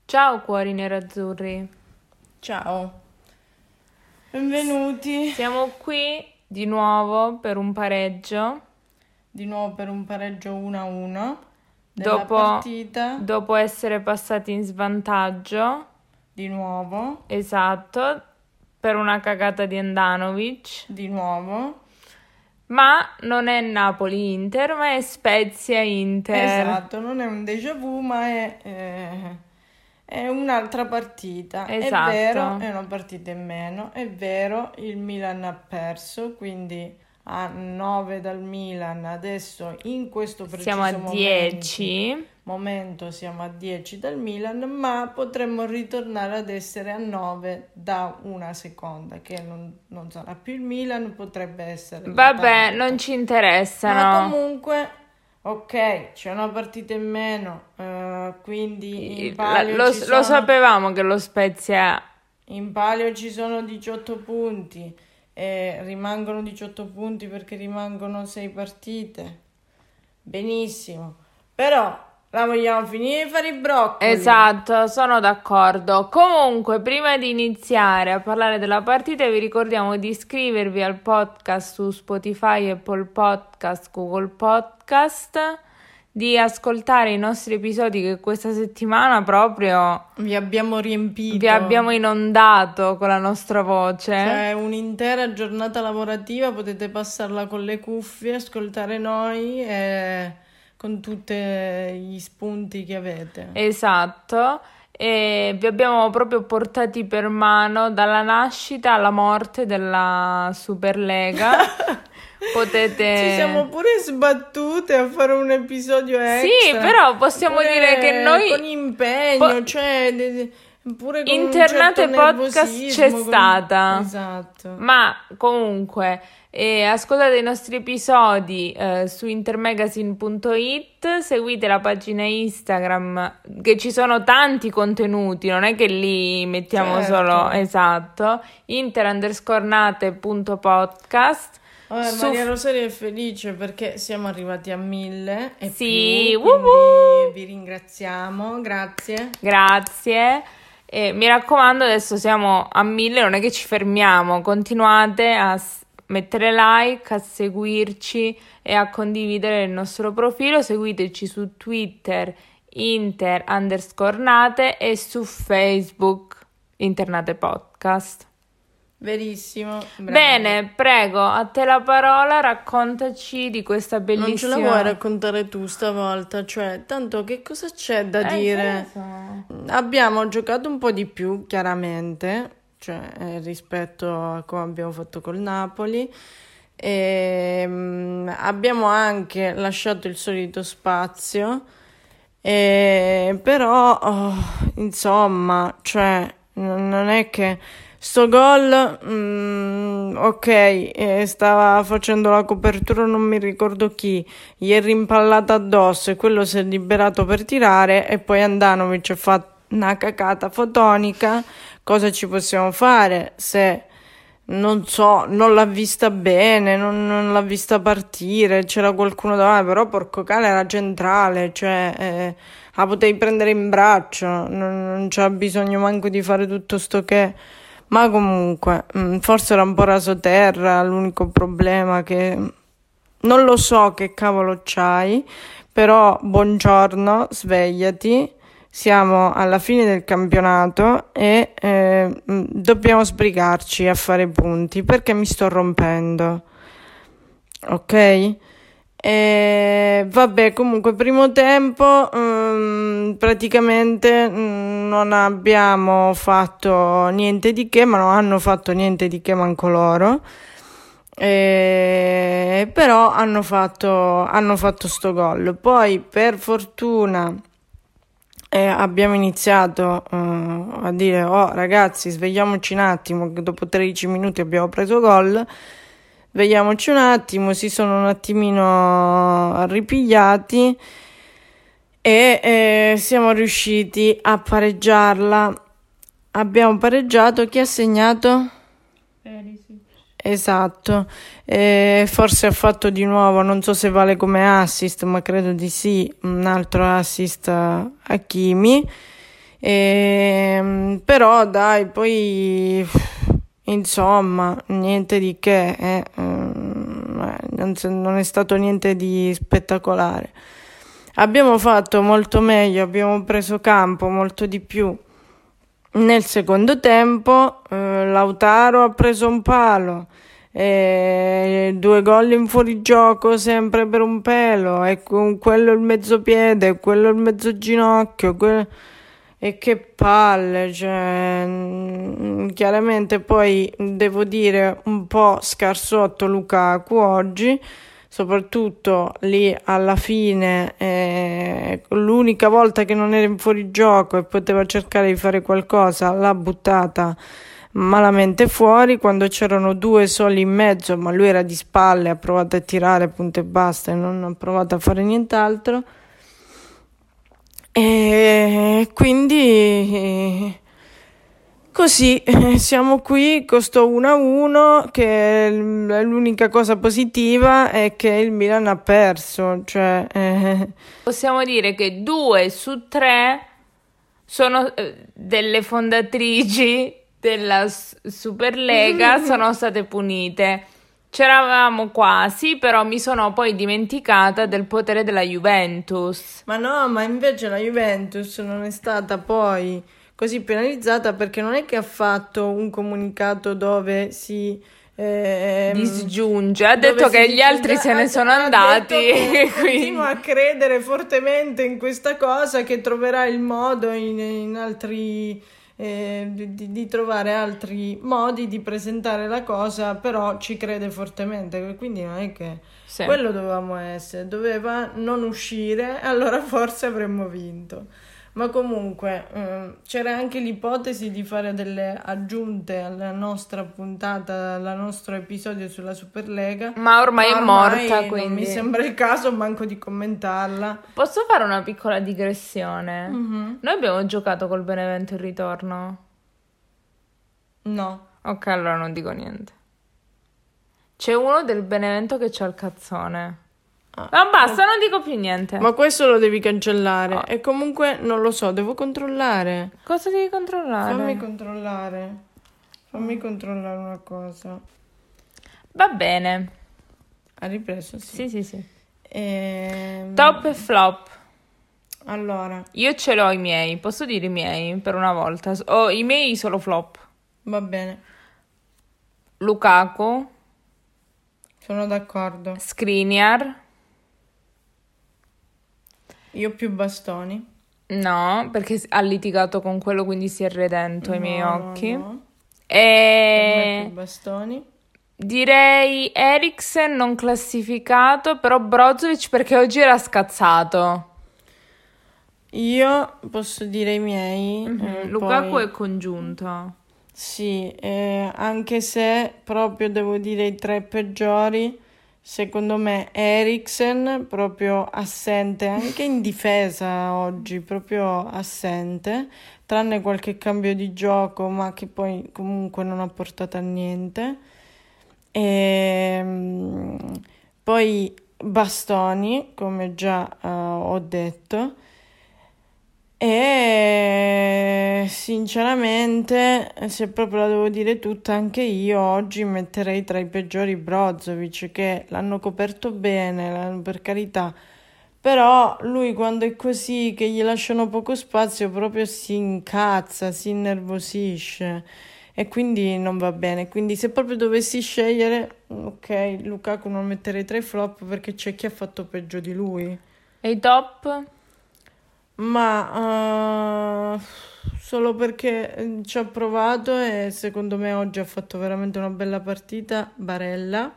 Ciao cuori nerazzurri. Ciao, benvenuti Siamo qui di nuovo per un pareggio. di nuovo per un pareggio 1-1 della Dopo, partita, dopo essere passati in svantaggio, di nuovo, esatto, per una cagata di Handanovic. di nuovo, Ma non è Napoli-Inter, ma è Spezia-Inter. esatto, non è un déjà vu ma è un'altra partita, Esatto. è vero, è una partita in meno, è vero, il Milan ha perso, quindi a 9 dal Milan, adesso in questo preciso Siamo a 10. momento siamo a 10 dal Milan, ma potremmo ritornare ad essere a 9 da una seconda, che non sarà più il Milan, potrebbe essere Vabbè, l'Atalanta. non ci Ma interessano. comunque, ok, c'è una partita in meno, quindi in palio Lo ci sono, sapevamo che lo Spezia... in palio ci sono 18 punti, e rimangono 18 punti perché rimangono 6 partite. Benissimo, però la vogliamo finire di fare i broccoli. Esatto, sono d'accordo. Comunque, prima di iniziare a parlare della partita, vi ricordiamo di iscrivervi al podcast su Spotify, Apple Podcast, Google Podcast, di ascoltare i nostri episodi che questa settimana proprio Vi abbiamo riempito. vi abbiamo inondato con la nostra voce. Cioè, un'intera giornata lavorativa potete passarla con le cuffie, ascoltare noi e con tutti gli spunti che avete. Esatto, e vi abbiamo proprio portati per mano dalla nascita alla morte della Superlega. Potete... Ci siamo pure sbattute a fare un episodio extra. Sì, però possiamo Pure dire che noi... con impegno, po- cioè pure con Internate un certo podcast nervosismo, c'è stata. Esatto. Ma comunque, ascoltate i nostri episodi su intermagazine.it, seguite la pagina Instagram, che ci sono tanti contenuti, non è che lì mettiamo Certo. solo, esatto, inter_podcast. Maria Rosaria è felice perché siamo arrivati a 1000 e Sì, più, quindi woohoo! vi ringraziamo, grazie. Grazie. Mi raccomando, adesso siamo a 1000, non è che ci fermiamo, continuate a mettere like, a seguirci e a condividere il nostro profilo, seguiteci su Twitter inter_nate e su Facebook Internate Podcast. Verissimo, bravo. Bene, prego, a te la parola, raccontaci di questa Non ce la bellissima... vuoi raccontare tu stavolta? Cioè, tanto che cosa c'è da dire? che ne so. Abbiamo giocato un po' di più, chiaramente, cioè rispetto a come abbiamo fatto col Napoli. Abbiamo anche lasciato il solito spazio, però, insomma, cioè, non è che... Sto gol, ok, stava facendo la copertura, non mi ricordo chi, gli è rimpallato addosso e quello si è liberato per tirare e poi Handanovic ha fatto una cacata fotonica. Cosa ci possiamo fare se, non so, non l'ha vista bene, non l'ha vista partire, c'era qualcuno davanti, però porco cane era centrale, cioè la potevi prendere in braccio, non c'era bisogno manco di fare tutto sto che... Ma comunque, forse era un po' rasoterra, l'unico problema che... Non lo so che cavolo c'hai, però buongiorno, svegliati, siamo alla fine del campionato e dobbiamo sbrigarci a fare punti, perché mi sto rompendo, ok? Vabbè, comunque primo tempo praticamente non abbiamo fatto niente di che, ma non hanno fatto niente di che manco loro, però hanno fatto sto gol. Poi per fortuna abbiamo iniziato a dire: oh ragazzi, svegliamoci un attimo, che dopo 13 minuti abbiamo preso gol. Vediamoci un attimo, si sono un attimino ripigliati e siamo riusciti a pareggiarla. Abbiamo pareggiato, chi ha segnato? Perisic. Esatto, forse ha fatto di nuovo, non so se vale come assist, ma credo di sì, un altro assist a Hakimi. Però dai, poi insomma, niente di che, non è stato niente di spettacolare. Abbiamo fatto molto meglio, abbiamo preso campo molto di più. Nel secondo tempo Lautaro ha preso un palo, 2 gol in fuorigioco sempre per un pelo, e quello il mezzo piede, quello il mezzo ginocchio, e che palle, cioè, chiaramente poi devo dire un po' scarsotto Lukaku oggi, soprattutto lì alla fine, l'unica volta che non era in fuorigioco e poteva cercare di fare qualcosa l'ha buttata malamente fuori, quando c'erano 2 soli in mezzo, ma lui era di spalle, ha provato a tirare punto e basta e non ha provato a fare nient'altro. E quindi così siamo qui con sto 1-1, che l'unica cosa positiva è che il Milan ha perso, cioè Possiamo dire che 2 su 3 sono delle fondatrici della Superlega sono state punite. C'eravamo quasi, però mi sono poi dimenticata del potere della Juventus. Ma no, ma invece la Juventus non è stata poi così penalizzata, perché non è che ha fatto un comunicato dove si disgiunge, ha detto che gli altri se ne sono andati. Continuo a credere fortemente in questa cosa, che troverà il modo in altri di trovare altri modi di presentare la cosa, però ci crede fortemente, quindi non è che quello dovevamo essere, doveva non uscire, allora forse avremmo vinto. Ma comunque c'era anche l'ipotesi di fare delle aggiunte alla nostra puntata, al nostro episodio sulla Superlega, ma ormai è morta, quindi non mi sembra il caso manco di commentarla. Posso fare una piccola digressione? Noi abbiamo giocato col Benevento il ritorno? No. Ok, allora non dico niente. C'è uno del Benevento che c'ha il cazzone. Ma basta, non dico più niente. Ma questo lo devi cancellare. E comunque non lo so, devo controllare. Cosa devi controllare? Fammi controllare una cosa. Va bene. Ha ripreso? Sì. Sì. Top e flop. Allora, io ce l'ho i miei. Posso dire i miei per una volta? O i miei solo flop. Va bene. Lukaku. Sono d'accordo. Skriniar. Io più Bastoni. No, perché ha litigato con quello, quindi si è redento ai miei occhi. No. E Per me più Bastoni. direi Eriksen non classificato, però Brozovic perché oggi era scazzato. Io posso dire i miei. Lukaku poi... è congiunto. Sì, anche se proprio devo dire i 3 peggiori, secondo me Eriksen proprio assente, anche in difesa oggi, proprio assente, tranne qualche cambio di gioco, ma che poi comunque non ha portato a niente. Poi Bastoni, come già ho detto. E sinceramente, se proprio la devo dire tutta, anche io oggi metterei tra i peggiori Brozovic, che l'hanno coperto bene, per carità, però lui quando è così, che gli lasciano poco spazio, proprio si incazza, si innervosisce e quindi non va bene. Quindi se proprio dovessi scegliere, ok, Lukaku non metterei tra i flop, perché c'è chi ha fatto peggio di lui. E i top? Ma solo perché ci ha provato e secondo me oggi ha fatto veramente una bella partita, Barella.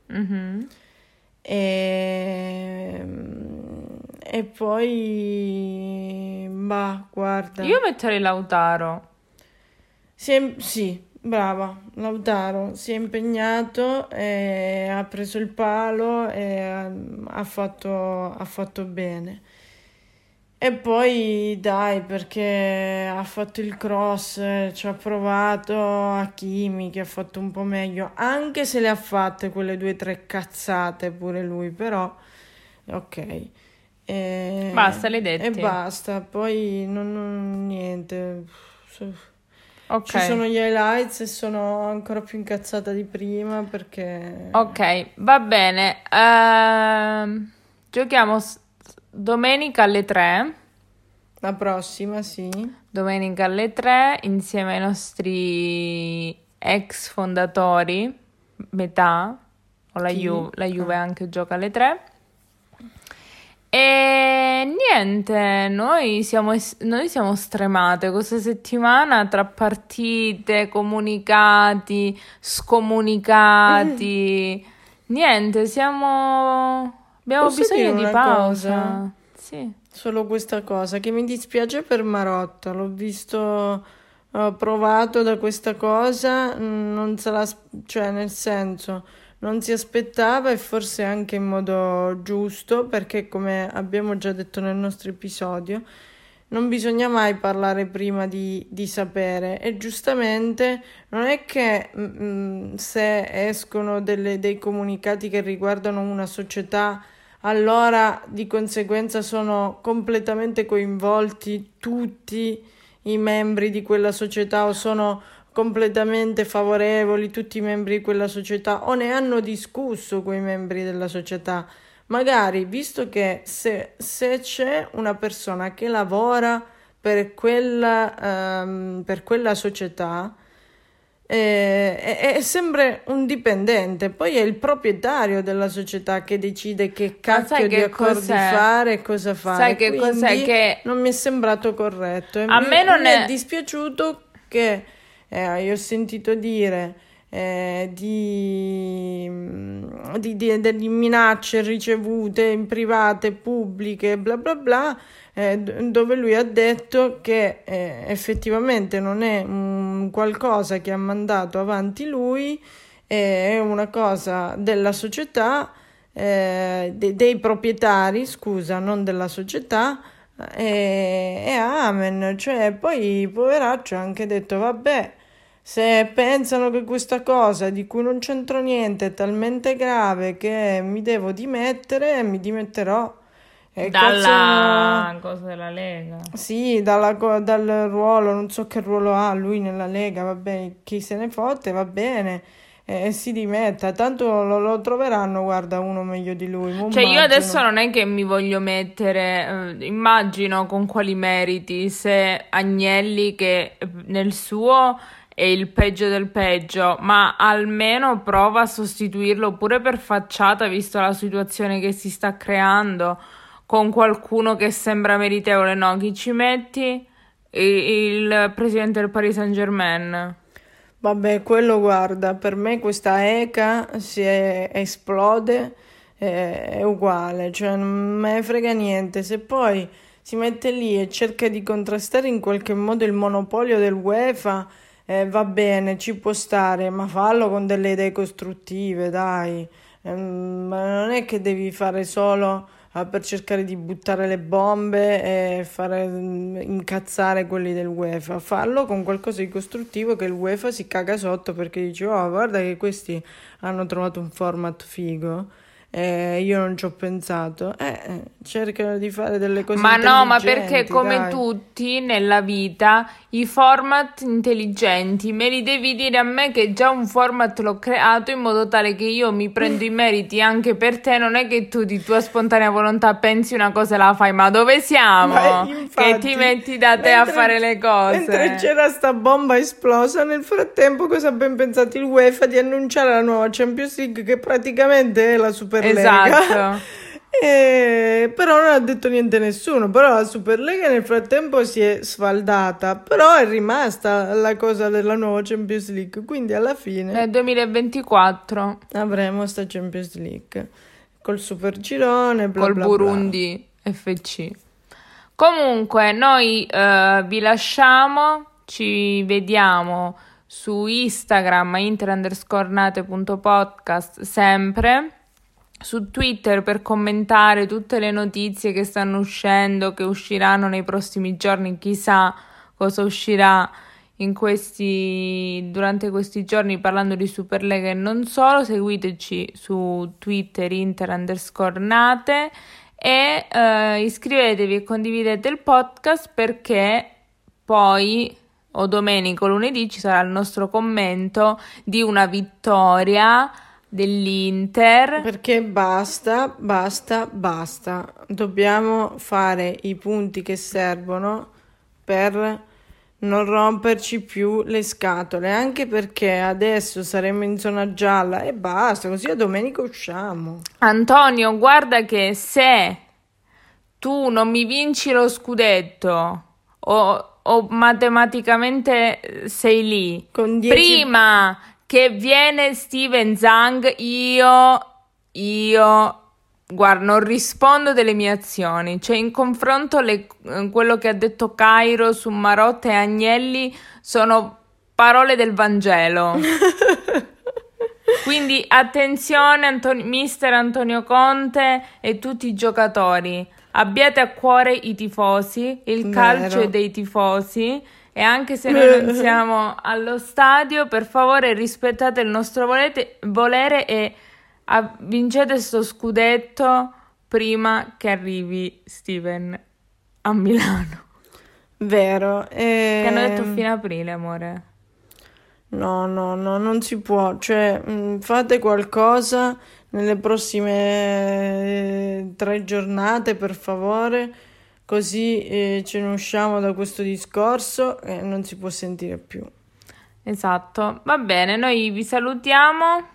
E poi guarda, Io metterei Lautaro. Sì, brava, Lautaro si è impegnato e ha preso il palo e ha fatto bene. E poi dai, perché ha fatto il cross, ci ha provato Hakimi che ha fatto un po' meglio, anche se le ha fatte quelle 2 o 3 cazzate pure lui, però ok. Basta, l'hai detti. E basta, poi niente. Ok. Ci sono gli highlights e sono ancora più incazzata di prima perché... Ok, va bene. Giochiamo domenica alle 3. La prossima, sì. Domenica alle 3 insieme ai nostri ex fondatori, metà, o la Juve anche gioca alle 3. E niente, noi siamo stremate questa settimana tra partite, comunicati, scomunicati. Niente, abbiamo Posso bisogno dire di una pausa. cosa? Sì. Solo questa cosa, che mi dispiace per Marotta, l'ho visto provato da questa cosa, non se la, cioè nel senso, non si aspettava e forse anche in modo giusto, perché come abbiamo già detto nel nostro episodio, non bisogna mai parlare prima di sapere e giustamente non è che se escono dei comunicati che riguardano una società, allora di conseguenza sono completamente coinvolti tutti i membri di quella società o sono completamente favorevoli tutti i membri di quella società o ne hanno discusso quei membri della società. Magari, visto che se c'è una persona che lavora per quella società, è sempre un dipendente, poi è il proprietario della società che decide che cacchio di accordi fare e cosa fare. Sai che quindi cos'è che non mi è sembrato corretto. A me non mi è è dispiaciuto che io ho sentito dire delle minacce ricevute in private, pubbliche, bla bla bla, dove lui ha detto che effettivamente non è qualcosa che ha mandato avanti lui, è una cosa della società, dei proprietari, scusa, non della società, e amen. Cioè, poi poveraccio ha anche detto, vabbè, se pensano che questa cosa di cui non c'entro niente è talmente grave che mi devo dimettere, mi dimetterò. dalla cosa della Lega. Sì, dal ruolo, non so che ruolo ha lui nella Lega, va bene, chi se ne fotte, va bene, si dimetta, tanto lo troveranno, guarda, uno meglio di lui. Cioè io adesso non è che mi voglio mettere, immagino con quali meriti, se Agnelli che nel suo è il peggio del peggio, ma almeno prova a sostituirlo pure per facciata, visto la situazione che si sta creando, con qualcuno che sembra meritevole. No, chi ci metti? Il presidente del Paris Saint-Germain. Vabbè, quello guarda, per me questa ECA esplode, è uguale, cioè non me ne frega niente, se poi si mette lì e cerca di contrastare in qualche modo il monopolio del UEFA, va bene, ci può stare, ma fallo con delle idee costruttive, dai. Ma non è che devi fare solo per cercare di buttare le bombe e fare incazzare quelli del UEFA. Fallo con qualcosa di costruttivo che il UEFA si caga sotto perché dice, oh, guarda che questi hanno trovato un format figo. Io non ci ho pensato, cercano di fare delle cose ma no, ma intelligenti, perché come dai. tutti nella vita i format intelligenti me li devi dire a me che già un format l'ho creato in modo tale che io mi prendo i meriti anche per te, non è che tu di tua spontanea volontà pensi una cosa e la fai, ma dove siamo? Ma infatti, che ti metti da te a fare le cose? Mentre c'era sta bomba esplosa, nel frattempo cosa ha ben pensato il UEFA di annunciare la nuova Champions League che praticamente è la Superlega. Esatto. Però non ha detto niente nessuno, però la Superlega nel frattempo si è sfaldata, però è rimasta la cosa della nuova Champions League, quindi alla fine Nel 2024 avremo sta Champions League col super girone, bla col bla Burundi FC. Comunque noi vi lasciamo, ci vediamo su Instagram inter_nate.podcast sempre, su Twitter per commentare tutte le notizie che stanno uscendo, che usciranno nei prossimi giorni, chissà cosa uscirà durante questi giorni parlando di Superlega e non solo. Seguiteci su Twitter inter_nate e iscrivetevi e condividete il podcast, perché poi o domenica o lunedì ci sarà il nostro commento di una vittoria dell'Inter. Perché basta. Dobbiamo fare i punti che servono per non romperci più le scatole, anche perché adesso saremo in zona gialla e basta, così a domenica usciamo. Antonio, guarda che se tu non mi vinci lo scudetto o matematicamente sei lì, Con 10 prima che viene Steven Zhang, io guarda, non rispondo delle mie azioni. Cioè, in confronto quello che ha detto Cairo su Marotta e Agnelli sono parole del Vangelo. Quindi attenzione, mister Antonio Conte e tutti i giocatori, abbiate a cuore i tifosi, il calcio è dei tifosi, e anche se noi non siamo allo stadio, per favore rispettate il nostro volere e vincete sto scudetto prima che arrivi Steven a Milano. Vero. Che hanno detto fine aprile, amore. No, non si può. Cioè, fate qualcosa nelle prossime 3 giornate, per favore, così ce ne usciamo da questo discorso e non si può sentire più. Esatto. Va bene, noi vi salutiamo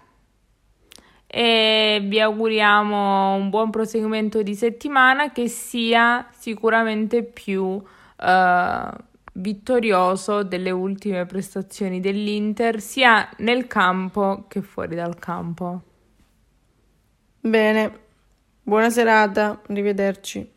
e vi auguriamo un buon proseguimento di settimana, che sia sicuramente più vittorioso delle ultime prestazioni dell'Inter, sia nel campo che fuori dal campo. Bene, buona serata, arrivederci.